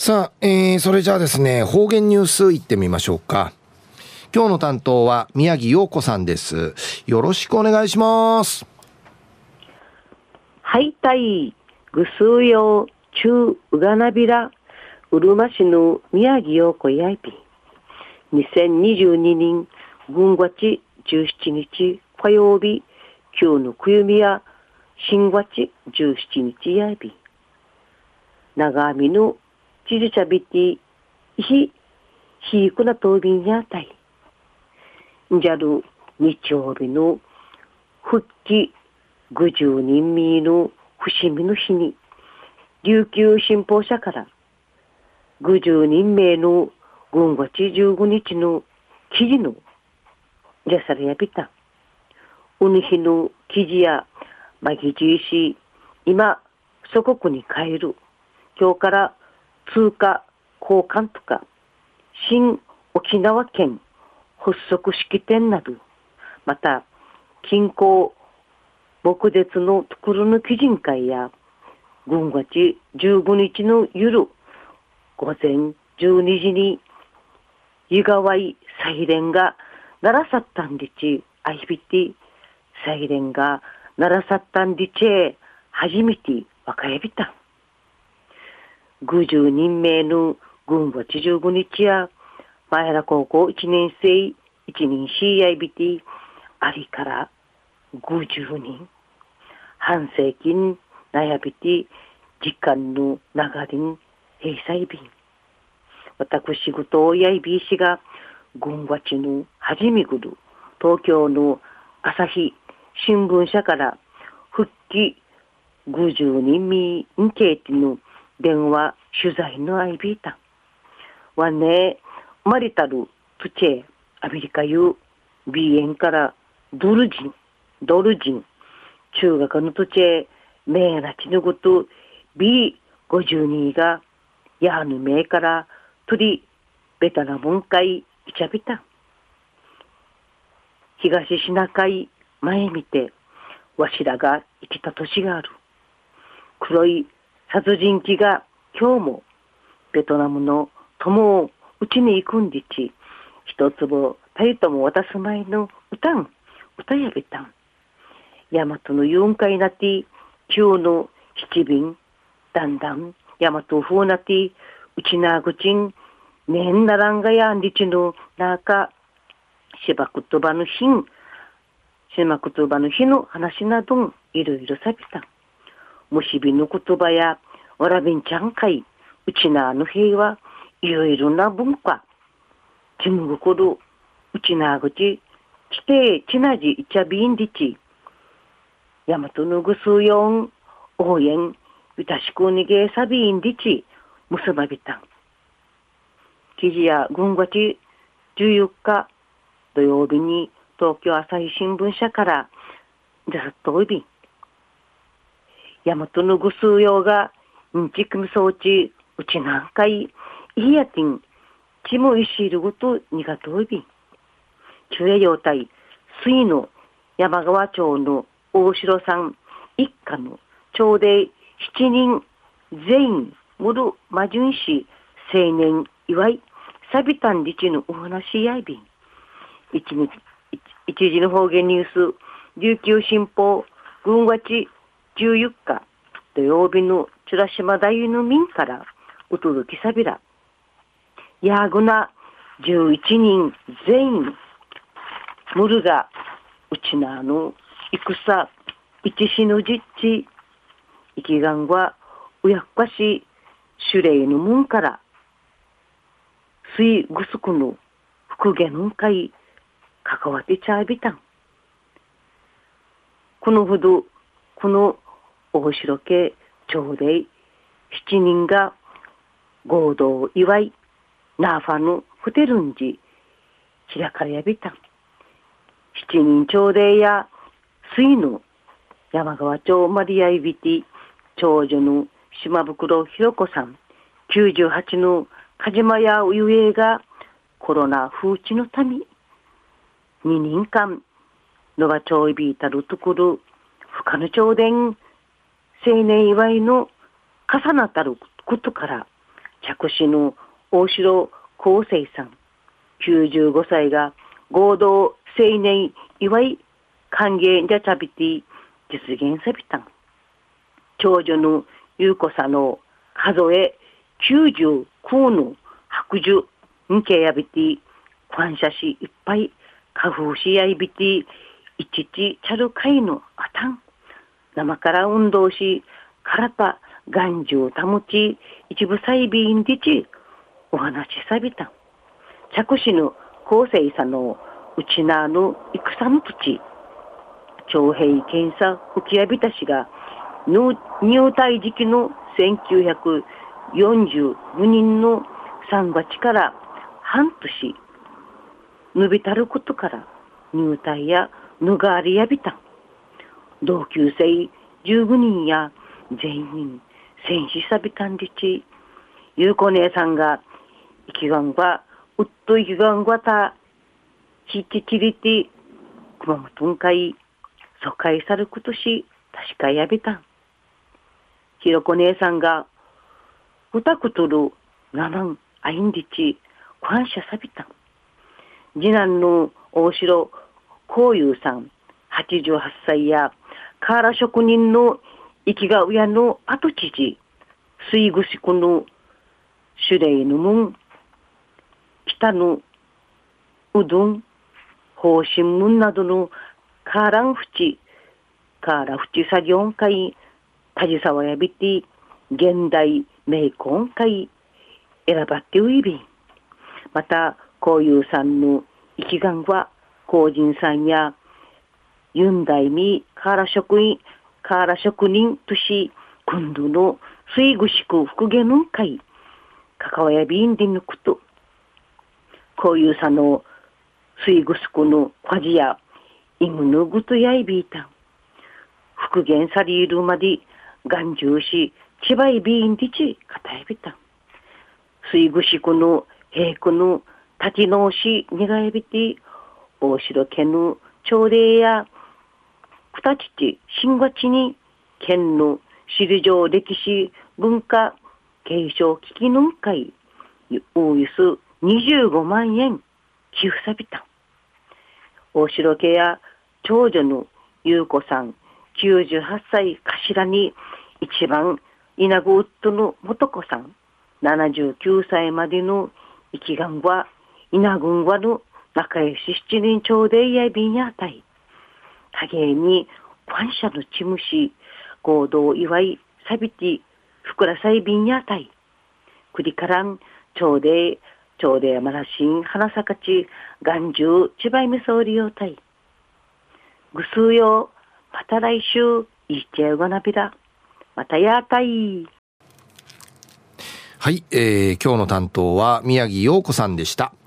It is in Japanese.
さあ、それじゃあですね、方言ニュースいってみましょうか。今日の担当は宮城陽子さんです。よろしくお願いします。 はいたいぐすうようちゅうがなびらうるま市の宮城陽子やいび2022年5月17日火曜日今日のくゆみや新月17日やいび長編みのちじちゃびてひくなとびんやたいじゃる日曜日の復帰50人目の節目の日に琉球新報社から50人名の5月15日の記事のじゃされやびたうぬ日の記事やまぎじいし今祖国に帰る今日から通貨交換とか新沖縄県発足式典などまた近郊牧舌のところの基人会や5月15日の夜午前12時に湯川いサイレンが鳴らさったんでちあいびてサイレンが鳴らさったんでち初めて若やびた50人名の5月15日や前原高校1年生1年生やいびてありから50人半世紀悩びて時間の流れに閉鎖便私事をやいびいしが5月の初めぐる東京の朝日新聞社から復帰50人みんけいての電話取材のあいびいたわねマリタルプチェアメリカユビエンからドル人中学の土地メーラチのごと B52 がヤーヌメーから鳥ベタナムン海イチャビタ東シナ海前見てわしらが生きた年がある黒い殺人鬼が今日もベトナムの友をうちに行くんでち一坪たりとも渡す前の歌やびたん大和の四回なって旧の七便だんだん大和風なってうちなぐちんねんならんがやんりちの中しばくとばの日の話などいろいろさびたむしびの言葉やわらびんちゃんかいうちなの平はいろいろな文化ちむぐこるうちなぐちきてちなじいちゃびんりち大和のぐすうよん応援いたしくにげさびんりちむすばびたん記事や5月14日土曜日に東京朝日新聞社からじゃさっとおび大和のぐすうようがんちくみそうちうちなんかいいやてんちもいしいるごとにがとおび中夜用隊水の山川町の大城さん一家の町で7人全員むるまじゅんし青年祝いサビタンリチのお話やいびん一時の方言ニュース琉球新報5月14日土曜日のチュラシマ大の民からお届けさびらやぐな11人全員むるがうちなの戦一しの実地生きがんはうやっかし種類のもんから水ぐすくの復元の会関わってちゃびたんこのほどこの大城家町で7人が合同祝いナーファのホテルんじ開かれやびたん7人町でや水の山川町マリアイビティ長女の島袋ひろ子さん98の鹿島やゆえがコロナ風知のため2年間野が町いびいたるところ深野町で青年祝いの重なったることから着手の大城康生さん95歳が合同青年祝い歓迎じゃちゃびて実現さびたん。長女の優子さんの数え99の白寿んけやびて感謝しいっぱい花風しやいびていちちちゃる会のあたん生から運動し体眼中保ち一部細ビンディチお話しさびたん。着手の厚生さのうちなの戦の土地徴兵検査浮きやびたしが入隊時期の1945人の3月から半年伸びたることから入隊やぬがありやびた同級生15人や全員戦死さびたんでちゆうこ姉さんが生きがんはうっと生きがんはたひちちりて熊本会疎開さることし確かやびたんひろこ姉さんがうたくとるなまんあいんでち感謝さびたん次男の大城幸雄さん88歳や瓦職人の生きが親の後知事水ぐしこの種類のもん北のうどん方針文などのカーランフチ作業会たじさわやびて現代名婚会選ばってういびんまたこういうさんの生きがんは公人さんやユンダイミカーラ職人とし今度の水ぐしく復元の会関わやびんでぬくとこういうさの水ぐすくのファジやイムのぐとやいびいたん復元されるまで眼中し千葉いびんでちかたやびたん水ぐしくの平区の立ち直しにがやびて大城家の朝礼やくたちち新和地に県の首里城歴史文化継承危機の会およそ25万円寄付さびた大城家や長女の優子さん98歳頭に一番稲子ウッドの元子さん79歳までの生きがんは稲群はの仲良し7人朝礼やびんやたい多芸に感謝のちむし合同祝いさびてふくらさいびんやたいくりからん朝礼まらしん花咲かち眼中千葉いみそうりよたいぐすうよまた来週いっちゃうがなびらまたやたいはい、今日の担当は宮城陽子さんでした。